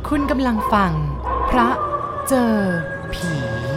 คุณกำลังฟังพระเจอผี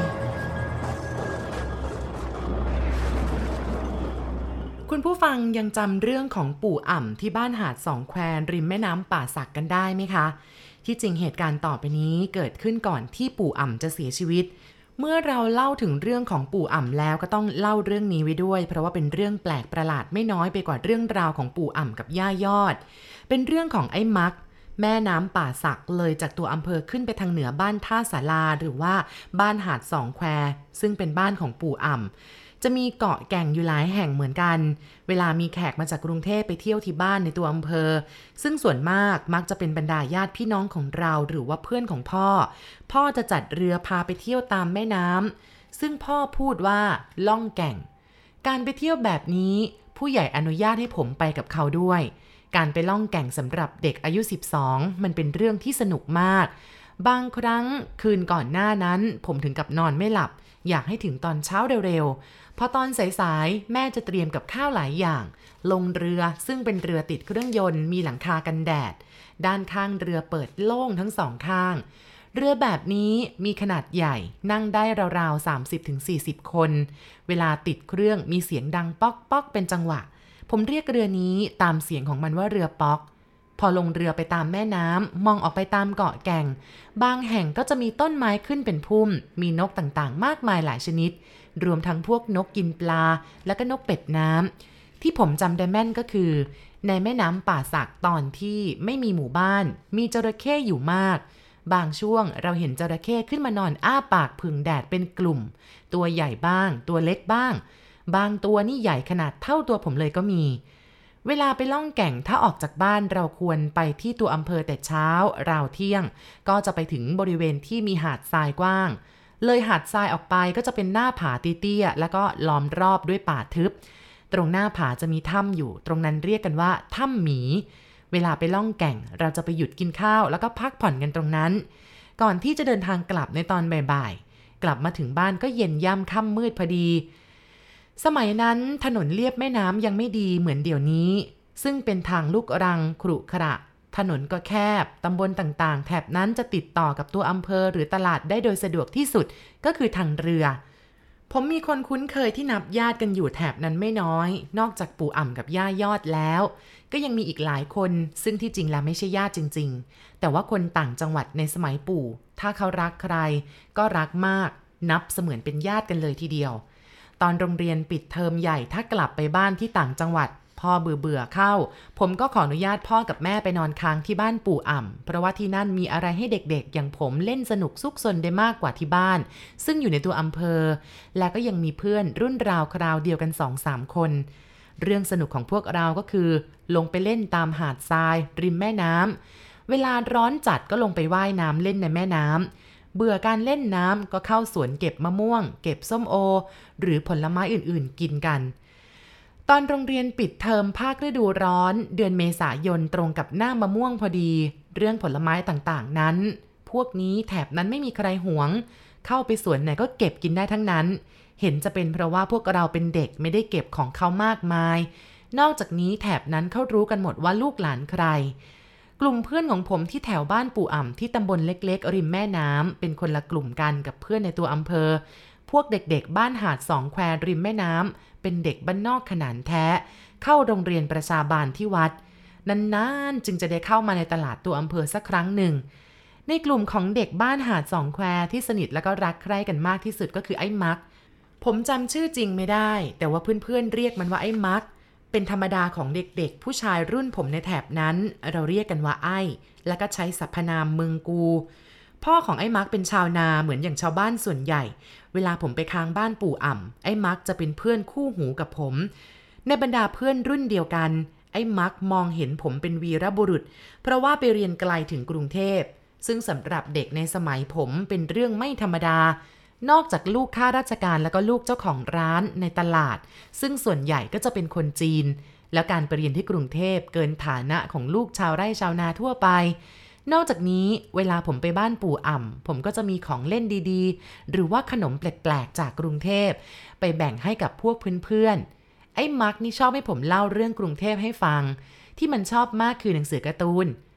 คุณผู้ฟังยังจำเรื่องของปู่อ่ำที่บ้านหาดสองแควริมแม่น้ำป่าสักกันได้ไหมคะที่จริงเหตุการณ์ต่อไปนี้เกิดขึ้นก่อนที่ปู่อ่ำจะเสียชีวิตเมื่อเราเล่าถึงเรื่องของปู่อ่ำแล้วก็ต้องเล่าเรื่องนี้ไว้ด้วยเพราะว่าเป็นเรื่องแปลกประหลาดไม่น้อยไปกว่าเรื่องราวของปู่อ่ำกับย่ายอดเป็นเรื่องของไอ้มักแม่น้ำป่าสักเลยจากตัวอำเภอขึ้นไปทางเหนือบ้านท่าสาราหรือว่าบ้านหาดสองแควซึ่งเป็นบ้านของปู่อ่ำจะมีเกาะแก่งอยู่หลายแห่งเหมือนกันเวลามีแขกมาจากกรุงเทพไปเที่ยวที่บ้านในตัวอำเภอซึ่งส่วนมากมักจะเป็นบรรดาญาติพี่น้องของเราหรือว่าเพื่อนของพ่อจะจัดเรือพาไปเที่ยวตามแม่น้ำซึ่งพ่อพูดว่าล่องแก่งการไปเที่ยวแบบนี้ผู้ใหญ่อนุญาตให้ผมไปกับเขาด้วยการไปล่องแก่งสำหรับเด็กอายุ12มันเป็นเรื่องที่สนุกมากบางครั้งคืนก่อนหน้านั้นผมถึงกับนอนไม่หลับอยากให้ถึงตอนเช้าเร็วๆพอตอนสายๆแม่จะเตรียมกับข้าวหลายอย่างลงเรือซึ่งเป็นเรือติดเครื่องยนต์มีหลังคากันแดดด้านข้างเรือเปิดโล่งทั้งสองข้างเรือแบบนี้มีขนาดใหญ่นั่งได้ราวๆ 30-40 คนเวลาติดเครื่องมีเสียงดังป๊อกๆเป็นจังหวะผมเรียกเรือนี้ตามเสียงของมันว่าเรือป๊อกพอลงเรือไปตามแม่น้ำมองออกไปตามเกาะแก่งบางแห่งก็จะมีต้นไม้ขึ้นเป็นพุ่มมีนกต่างๆมากมายหลายชนิดรวมทั้งพวกนกกินปลาและก็นกเป็ดน้ำที่ผมจำได้แม่นก็คือในแม่น้ำป่าสักตอนที่ไม่มีหมู่บ้านมีจระเข้อยู่มากบางช่วงเราเห็นจระเข้ขึ้นมานอนอ้าปากผึ่งแดดเป็นกลุ่มตัวใหญ่บ้างตัวเล็กบ้างบางตัวนี่ใหญ่ขนาดเท่าตัวผมเลยก็มีเวลาไปล่องแก่งถ้าออกจากบ้านเราควรไปที่ตัวอำเภอแต่เช้าราวเที่ยงก็จะไปถึงบริเวณที่มีหาดทรายกว้างเลยหาดทรายออกไปก็จะเป็นหน้าผาเตี้ยๆแล้วก็ล้อมรอบด้วยป่าทึบตรงหน้าผาจะมีถ้ำอยู่ตรงนั้นเรียกกันว่าถ้ำหมีเวลาไปล่องแก่งเราจะไปหยุดกินข้าวแล้วก็พักผ่อนกันตรงนั้นก่อนที่จะเดินทางกลับในตอนบ่ายๆกลับมาถึงบ้านก็เย็นย่ำค่ำมืดพอดีสมัยนั้นถนนเลียบแม่น้ำยังไม่ดีเหมือนเดี๋ยวนี้ซึ่งเป็นทางลูกรังขรุขระถนนก็แคบตำบลต่างๆแถบนั้นจะติดต่อกับตัวอำเภอหรือตลาดได้โดยสะดวกที่สุดก็คือทางเรือผมมีคนคุ้นเคยที่นับญาติกันอยู่แถบนั้นไม่น้อยนอกจากปู่อ่ำกับย่ายอดแล้วก็ยังมีอีกหลายคนซึ่งที่จริงแล้วไม่ใช่ญาติจริงๆแต่ว่าคนต่างจังหวัดในสมัยปู่ถ้าเขารักใครก็รักมากนับเสมือนเป็นญาติกันเลยทีเดียวตอนโรงเรียนปิดเทอมใหญ่ถ้ากลับไปบ้านที่ต่างจังหวัดพ่อเบื่อเข้าผมก็ขออนุญาตพ่อกับแม่ไปนอนค้างที่บ้านปู่อ่ำเพราะว่าที่นั่นมีอะไรให้เด็กๆอย่างผมเล่นสนุกซุกซนได้มากกว่าที่บ้านซึ่งอยู่ในตัวอำเภอและก็ยังมีเพื่อนรุ่นราวคราวเดียวกัน 2-3 คนเรื่องสนุกของพวกเราก็คือลงไปเล่นตามหาดทรายริมแม่น้ำเวลาร้อนจัดก็ลงไปว่ายน้ำเล่นในแม่น้ำเบื่อการเล่นน้ำก็เข้าสวนเก็บมะม่วงเก็บส้มโอหรือผลไม้อื่นๆกินกันตอนโรงเรียนปิดเทอมภาคฤดูร้อนเดือนเมษายนตรงกับหน้ามะม่วงพอดีเรื่องผลไม้ต่างๆนั้นพวกนี้แถบนั้นไม่มีใครหวงเข้าไปสวนไหนก็เก็บกินได้ทั้งนั้นเห็นจะเป็นเพราะว่าพวกเราเป็นเด็กไม่ได้เก็บของเขามากมายนอกจากนี้แถบนั้นเขารู้กันหมดว่าลูกหลานใครกลุ่มเพื่อนของผมที่แถวบ้านปู่อ่ำที่ตำบลเล็กๆริมแม่น้ำเป็นคนละกลุ่มกันกับเพื่อนในตัวอำเภอพวกเด็กๆบ้านหาดสองแควริมแม่น้ำเป็นเด็กบ้านนอกขนานแท้เข้าโรงเรียนประชาบาลที่วัดนานๆจึงจะได้เข้ามาในตลาดตัวอำเภอสักครั้งหนึ่งในกลุ่มของเด็กบ้านหาดสองแควที่สนิทและก็รักใคร่กันมากที่สุดก็คือไอ้มักผมจำชื่อจริงไม่ได้แต่ว่าเพื่อนๆเรียกมันว่าไอ้มักเป็นธรรมดาของเด็กๆผู้ชายรุ่นผมในแถบนั้นเราเรียกกันว่าไอ้แล้วก็ใช้สรรพนามมึงกูพ่อของไอ้มักเป็นชาวนาเหมือนอย่างชาวบ้านส่วนใหญ่เวลาผมไปค้างบ้านปู่อ่ำไอ้มักจะเป็นเพื่อนคู่หูกับผมในบรรดาเพื่อนรุ่นเดียวกันไอ้มักมองเห็นผมเป็นวีรบุรุษเพราะว่าไปเรียนไกลถึงกรุงเทพซึ่งสำหรับเด็กในสมัยผมเป็นเรื่องไม่ธรรมดานอกจากลูกข้าราชการแล้วก็ลูกเจ้าของร้านในตลาดซึ่งส่วนใหญ่ก็จะเป็นคนจีนแล้วการไปเรียนที่กรุงเทพเกินฐานะของลูกชาวไร่ชาวนาทั่วไปนอกจากนี้เวลาผมไปบ้านปู่อ่ำผมก็จะมีของเล่นดีๆหรือว่าขนมแปลกๆจากกรุงเทพไปแบ่งให้กับพวกเพื่อนๆไอ้มักนี่ชอบให้ผมเล่าเรื่องกรุงเทพให้ฟังที่มันชอบมากคือหนังสือการ์ตูน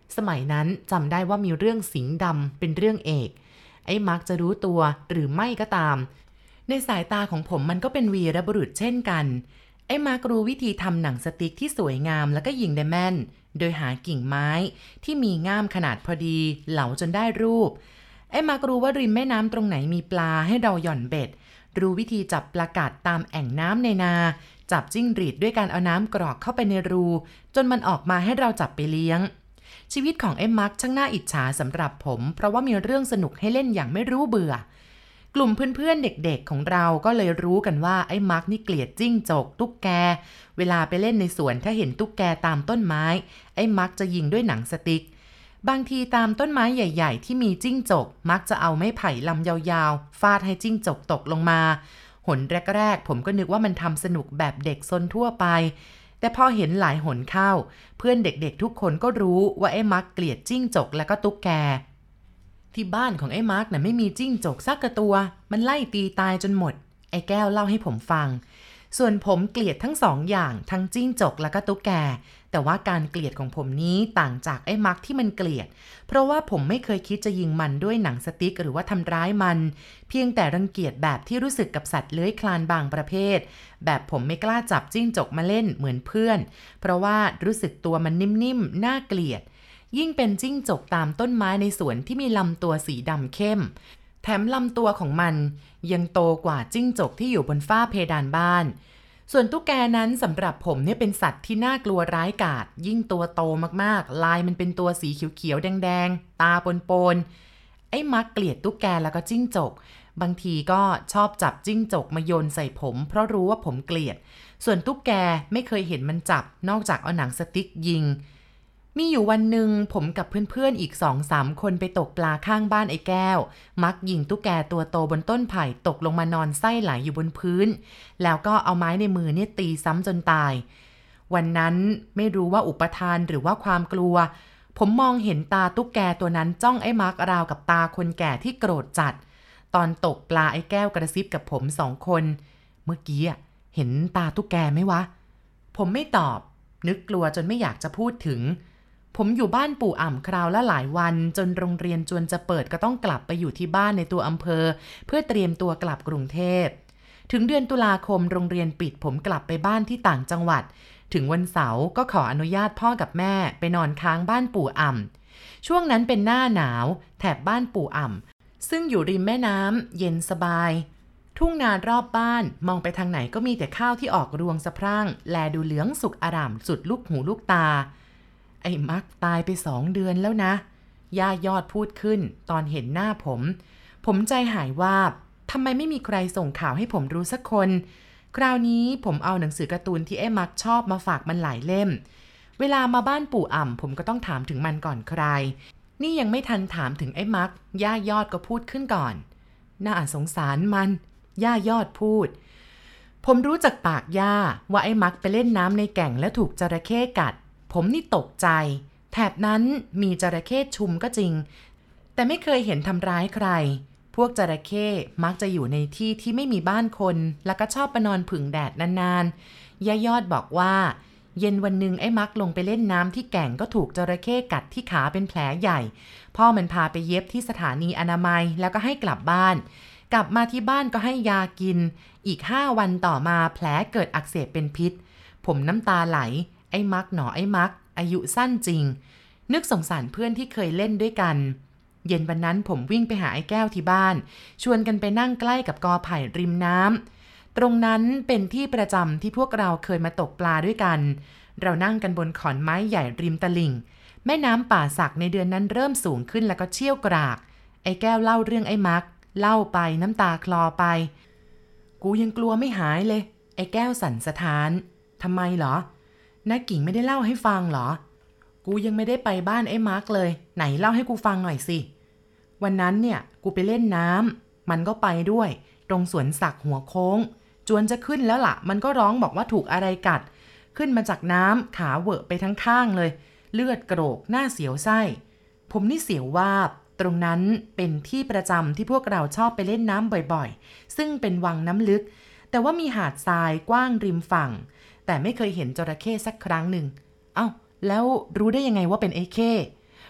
สมัยนั้นจำได้ว่ามีเรื่องสิงห์ดำเป็นเรื่องเอกไอ้มักจะรู้ตัวหรือไม่ก็ตามในสายตาของผมมันก็เป็นวีรบุรุษเช่นกันไอ้มักรู้วิธีทำหนังสติ๊กที่สวยงามแล้วก็ยิงได้แม่นโดยหากิ่งไม้ที่มีง่ามขนาดพอดีเหลาจนได้รูปไอ้มักรู้ว่าริมแม่น้ำตรงไหนมีปลาให้เราหย่อนเบ็ดรู้วิธีจับปลากัดตามแอ่งน้ำในนาจับจิ้งหรีดด้วยการเอาน้ำกรอกเข้าไปในรูจนมันออกมาให้เราจับไปเลี้ยงชีวิตของไอ้มักช่างน่าอิจฉาสำหรับผมเพราะว่ามีเรื่องสนุกให้เล่นอย่างไม่รู้เบื่อกลุ่มเพื่อนๆเด็กๆของเราก็เลยรู้กันว่าไอ้มักนี่เกลียดจิ้งจกตุ๊กแกเวลาไปเล่นในสวนถ้าเห็นตุ๊กแกตามต้นไม้ไอ้มักจะยิงด้วยหนังสติ๊กบางทีตามต้นไม้ใหญ่ๆที่มีจิ้งจกมักจะเอาไม้ไผ่ลำยาวๆฟาดให้จิ้งจกตกลงมาหนแรกๆผมก็นึกว่ามันทำสนุกแบบเด็กซนทั่วไปแต่พอเห็นหลายหนเข้าเพื่อนเด็กๆทุกคนก็รู้ว่าไอ้มักเกลียดจิ้งจกและก็ตุ๊กแกที่บ้านของไอ้มาร์กน่ะไม่มีจิ้งจกสักตัวมันไล่ตีตายจนหมดไอ้แก้วเล่าให้ผมฟังส่วนผมเกลียดทั้งสองอย่างทั้งจิ้งจกและก็ตุ๊กแกแต่ว่าการเกลียดของผมนี้ต่างจากไอ้มาร์กที่มันเกลียดเพราะว่าผมไม่เคยคิดจะยิงมันด้วยหนังสติ๊กหรือว่าทำร้ายมันเพียงแต่รังเกียจแบบที่รู้สึกกับสัตว์เลื้อยคลานบางประเภทแบบผมไม่กล้าจับจิ้งจกมาเล่นเหมือนเพื่อนเพราะว่ารู้สึกตัวมันนิ่มๆน่าเกลียดยิ่งเป็นจิ้งจกตามต้นไม้ในสวนที่มีลำตัวสีดำเข้มแถมลำตัวของมันยังโตกว่าจิ้งจกที่อยู่บนฝ้าเพดานบ้านส่วนตุ๊กแกนั้นสำหรับผมเนี่ยเป็นสัตว์ที่น่ากลัวร้ายกาจยิ่งตัวโตมากๆลายมันเป็นตัวสีเขียวๆแดงๆตาปนๆไอ้มักเกลียดตุ๊กแกแล้วก็จิ้งจกบางทีก็ชอบจับจิ้งจกมาโยนใส่ผมเพราะรู้ว่าผมเกลียดส่วนตุ๊กแกไม่เคยเห็นมันจับนอกจากเอาหนังสติ๊กยิงมีอยู่วันหนึ่งผมกับเพื่อนๆอีก 2-3 คนไปตกปลาข้างบ้านไอ้แก้วมักยิงตุ๊กแกตัวโตบนต้นไผ่ตกลงมานอนไส้ไหลอยู่บนพื้นแล้วก็เอาไม้ในมือเนี่ยตีซ้ำจนตายวันนั้นไม่รู้ว่าอุปทานหรือว่าความกลัวผมมองเห็นตาตุ๊กแกตัวนั้นจ้องไอ้มักราวกับตาคนแก่ที่โกรธจัดตอนตกปลาไอ้แก้วกระซิบกับผม2 คนเมื่อกี้เห็นตาตุ๊กแกไหมวะผมไม่ตอบนึกกลัวจนไม่อยากจะพูดถึงผมอยู่บ้านปู่อ่ำคราวละหลายวันจนโรงเรียนจวนจะเปิดก็ต้องกลับไปอยู่ที่บ้านในตัวอำเภอเพื่อเตรียมตัวกลับกรุงเทพถึงเดือนตุลาคมโรงเรียนปิดผมกลับไปบ้านที่ต่างจังหวัดถึงวันเสาร์ก็ขออนุญาตพ่อกับแม่ไปนอนค้างบ้านปู่อ่ำช่วงนั้นเป็นหน้าหนาวแถบบ้านปู่อ่ำซึ่งอยู่ริมแม่น้ำเย็นสบายทุ่งนารอบบ้านมองไปทางไหนก็มีแต่ข้าวที่ออกรวงสะพรั่งแลดูเหลืองสุกอร่ามสุดลูกหูลูกตาไอ้มักตายไป2 เดือนแล้วนะย่ายอดพูดขึ้นตอนเห็นหน้าผมใจหายวาบทำไมไม่มีใครส่งข่าวให้ผมรู้สักคนคราวนี้ผมเอาหนังสือการ์ตูนที่ไอ้มักชอบมาฝากมันหลายเล่มเวลามาบ้านปู่อ่ำผมก็ต้องถามถึงมันก่อนใครนี่ยังไม่ทันถามถึงไอ้มักย่ายอดก็พูดขึ้นก่อนน่าสงสารมันย่ายอดพูดผมรู้จากปากย่าว่าไอ้มักไปเล่นน้ำในแก่งแล้วถูกจระเข้กัดผมนี่ตกใจแถบนั้นมีจระเข้ชุมก็จริงแต่ไม่เคยเห็นทำร้ายใครพวกจระเข้มักจะอยู่ในที่ที่ไม่มีบ้านคนแล้วก็ชอบไปนอนผึ่งแดดนานๆย่ายอดบอกว่าเย็นวันหนึ่งไอ้มักลงไปเล่นน้ำที่แก่งก็ถูกจระเข้กัดที่ขาเป็นแผลใหญ่พ่อมันพาไปเย็บที่สถานีอนามัยแล้วก็ให้กลับบ้านกลับมาที่บ้านก็ให้ยากินอีก5 วันต่อมาแผลเกิดอักเสบเป็นพิษผมน้ำตาไหลไอ้มักหนอไอ้มักอายุสั้นจริงนึกสงสารเพื่อนที่เคยเล่นด้วยกันเย็นวันนั้นผมวิ่งไปหาไอ้แก้วที่บ้านชวนกันไปนั่งใกล้กับกอไผ่ริมน้ำตรงนั้นเป็นที่ประจำที่พวกเราเคยมาตกปลาด้วยกันเรานั่งกันบนขอนไม้ใหญ่ริมตลิ่งแม่น้ำป่าสักในเดือนนั้นเริ่มสูงขึ้นแล้วก็เชี่ยวกรากไอ้แก้วเล่าเรื่องไอ้มักเล่าไปน้ำตาคลอไปกูยังกลัวไม่หายเลยไอ้แก้วสั่นสะท้านทำไมเหรอน้ากิ่งไม่ได้เล่าให้ฟังเหรอกูยังไม่ได้ไปบ้านไอ้มาร์กเลยไหนเล่าให้กูฟังหน่อยสิวันนั้นเนี่ยกูไปเล่นน้ำมันก็ไปด้วยตรงสวนสักหัวโค้งจวนจะขึ้นแล้วล่ะมันก็ร้องบอกว่าถูกอะไรกัดขึ้นมาจากน้ำขาเหวอะไปทั้งข้างเลยเลือดโกรกหน้าเสียวไส้ผมนี่เสียววาบตรงนั้นเป็นที่ประจำที่พวกเราชอบไปเล่นน้ำบ่อยๆซึ่งเป็นวังน้ำลึกแต่ว่ามีหาดทรายกว้างริมฝั่งแต่ไม่เคยเห็นจระเข้สักครั้งหนึ่งเอ้าแล้วรู้ได้ยังไงว่าเป็นไอ้เข้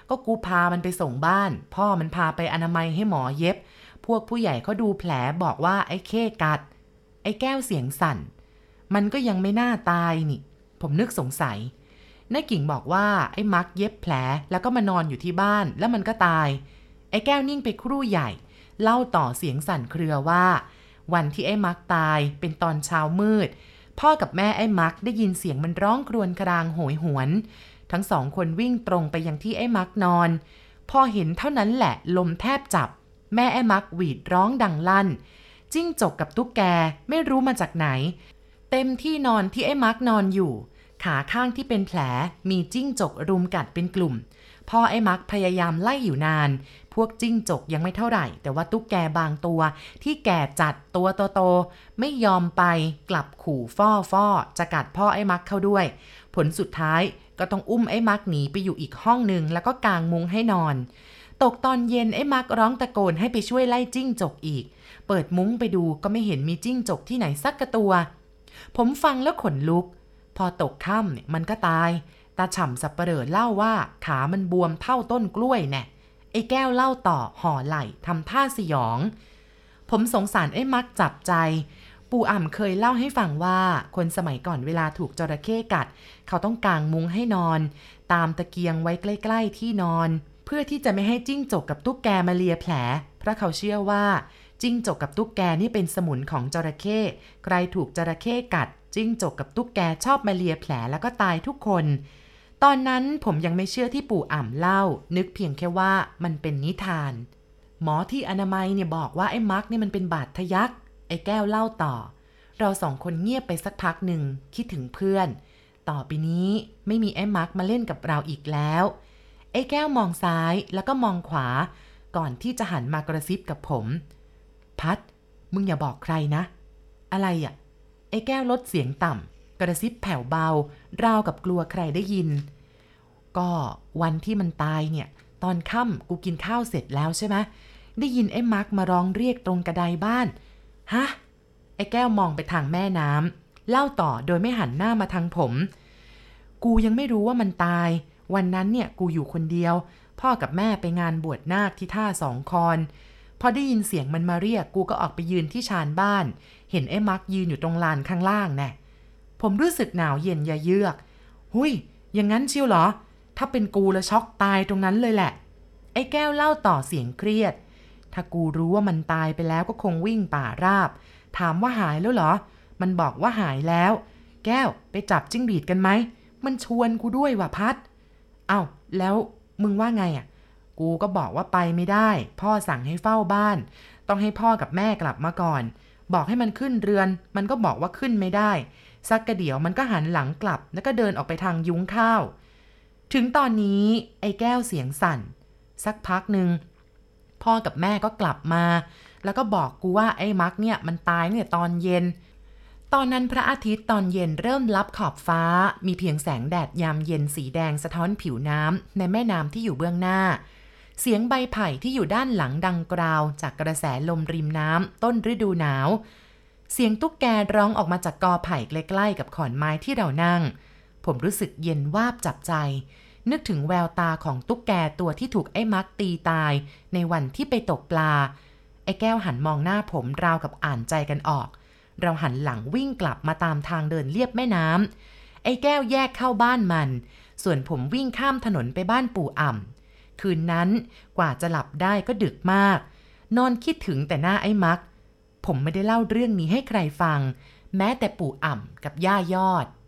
ก็กูพามันไปส่งบ้านพ่อมันพาไปอนามัยให้หมอเย็บพวกผู้ใหญ่เขาดูแผลบอกว่าไอ้เข้กัดไอ้แก้วเสียงสั่นมันก็ยังไม่น่าตายนี่ผมนึกสงสัยน้ากิ่งบอกว่าไอ้มักเย็บแผลแล้วก็มานอนอยู่ที่บ้านแล้วมันก็ตายไอ้แก้วนิ่งไปครู่ใหญ่เล่าต่อเสียงสั่นเครือว่าวันที่ไอ้มักตายเป็นตอนเช้ามืดพ่อกับแม่ไอ้มักได้ยินเสียงมันร้องครวญครางโหยหวนทั้งสองคนวิ่งตรงไปยังที่ไอ้มักนอนพอเห็นเท่านั้นแหละลมแทบจับแม่ไอ้มักหวีดร้องดังลั่นจิ้งจกกับตุ๊กแกไม่รู้มาจากไหนเต็มที่นอนที่ไอ้มักนอนอยู่ขาข้างที่เป็นแผลมีจิ้งจกรุมกัดเป็นกลุ่มพ่อไอ้มักพยายามไล่อยู่นานพวกจิ้งจกยังไม่เท่าไหร่แต่ว่าตุ๊กแกบางตัวที่แก่จัดตัวโตๆไม่ยอมไปกลับขู่ฟ่อจะกัดพ่อไอ้มักเข้าด้วยผลสุดท้ายก็ต้องอุ้มไอ้มักหนีไปอยู่อีกห้องนึงแล้วก็กางมุ้งให้นอนตกตอนเย็นไอ้มักร้องตะโกนให้ไปช่วยไล่จิ้งจกอีกเปิดมุ้งไปดูก็ไม่เห็นมีจิ้งจกที่ไหนสักกระตัวผมฟังแล้วขนลุกพอตกค่ำเนี่ยมันก็ตายตาฉ่ำสับเปร่อเล่าว่าขามันบวมเท่าต้นกล้วยแน่ไอ้แก้วเล่าต่อห่อไหล่ทำท่าสยองผมสงสารไอ้มักจับใจปู่อ่ำเคยเล่าให้ฟังว่าคนสมัยก่อนเวลาถูกจระเข้กัดเขาต้องกางมุ้งให้นอนตามตะเกียงไว้ใกล้ๆที่นอนเพื่อที่จะไม่ให้จิ้งจกกับตุ๊กแกมาเลียแผลเพราะเขาเชื่อว่าจิ้งจกกับตุ๊กแกนี่เป็นสมุนของจระเข้ใครถูกจระเข้กัดจิ้งจกกับตุ๊กแกชอบมาเลียแผลแล้วก็ตายทุกคนตอนนั้นผมยังไม่เชื่อที่ปู่อ่ำเล่านึกเพียงแค่ว่ามันเป็นนิทานหมอที่อนามัยเนี่ยบอกว่าไอ้มักเนี่ยมันเป็นบาดทะยักไอ้แก้วเล่าต่อเราสองคนเงียบไปสักพักหนึ่งคิดถึงเพื่อนต่อไปนี้ไม่มีไอ้มักมาเล่นกับเราอีกแล้วไอ้แก้วมองซ้ายแล้วก็มองขวาก่อนที่จะหันมากระซิบกับผมพัดมึงอย่าบอกใครนะอะไรอ่ะไอ้แก้วลดเสียงต่ำกระซิบแผ่วเบาราวกับกลัวใครได้ยินก็วันที่มันตายเนี่ยตอนค่ำกูกินข้าวเสร็จแล้วใช่ไหมได้ยินไอ้มักมาร้องเรียกตรงกระไดบ้านฮะไอ้แก้วมองไปทางแม่น้ำเล่าต่อโดยไม่หันหน้ามาทางผมกูยังไม่รู้ว่ามันตายวันนั้นเนี่ยกูอยู่คนเดียวพ่อกับแม่ไปงานบวชนาคที่ท่าสองคอนพอได้ยินเสียงมันมาเรียกกูก็ออกไปยืนที่ชานบ้านเห็นไอ้มักยืนอยู่ตรงลานข้างล่างแน่ผมรู้สึกหนาวเย็นเยือกหุยอย่างนั้นชิวเหรอถ้าเป็นกูละช็อกตายตรงนั้นเลยแหละไอ้แก้วเล่าต่อเสียงเครียดถ้ากูรู้ว่ามันตายไปแล้วก็คงวิ่งป่าราบถามว่าหายแล้วเหรอมันบอกว่าหายแล้วแก้วไปจับจิ้งหรีดกันไหมมันชวนกูด้วยว่ะพัดเอ้าแล้วมึงว่าไงอ่ะกูก็บอกว่าไปไม่ได้พ่อสั่งให้เฝ้าบ้านต้องให้พ่อกับแม่กลับมาก่อนบอกให้มันขึ้นเรือนมันก็บอกว่าขึ้นไม่ได้สักกระเดี๋ยวมันก็หันหลังกลับแล้วก็เดินออกไปทางยุ้งข้าวถึงตอนนี้ไอ้แก้วเสียงสั่นสักพักหนึ่งพ่อกับแม่ก็กลับมาแล้วก็บอกกูว่าไอ้มักเนี่ยมันตายเนี่ยตอนเย็นตอนนั้นพระอาทิตย์ตอนเย็นเริ่มลับขอบฟ้ามีเพียงแสงแดดยามเย็นสีแดงสะท้อนผิวน้ำในแม่น้ำที่อยู่เบื้องหน้าเสียงใบไผ่ที่อยู่ด้านหลังดังกราวจากกระแสลมริมน้ำต้นฤดูหนาวเสียงตุ๊กแกร้องออกมาจากกอไผ่ใกล้ๆกับขอนไม้ที่เรานั่งผมรู้สึกเย็นวาบจับใจนึกถึงแววตาของตุ๊กแกตัวที่ถูกไอ้มักตีตายในวันที่ไปตกปลาไอ้แก้วหันมองหน้าผมราวกับอ่านใจกันออกเราหันหลังวิ่งกลับมาตามทางเดินเลียบแม่น้ำไอ้แก้วแยกเข้าบ้านมันส่วนผมวิ่งข้ามถนนไปบ้านปู่อ่ำคืนนั้นกว่าจะหลับได้ก็ดึกมากนอนคิดถึงแต่หน้าไอ้มักผมไม่ได้เล่าเรื่องนี้ให้ใครฟังแม้แต่ปู่อ่ำกับย่ายอด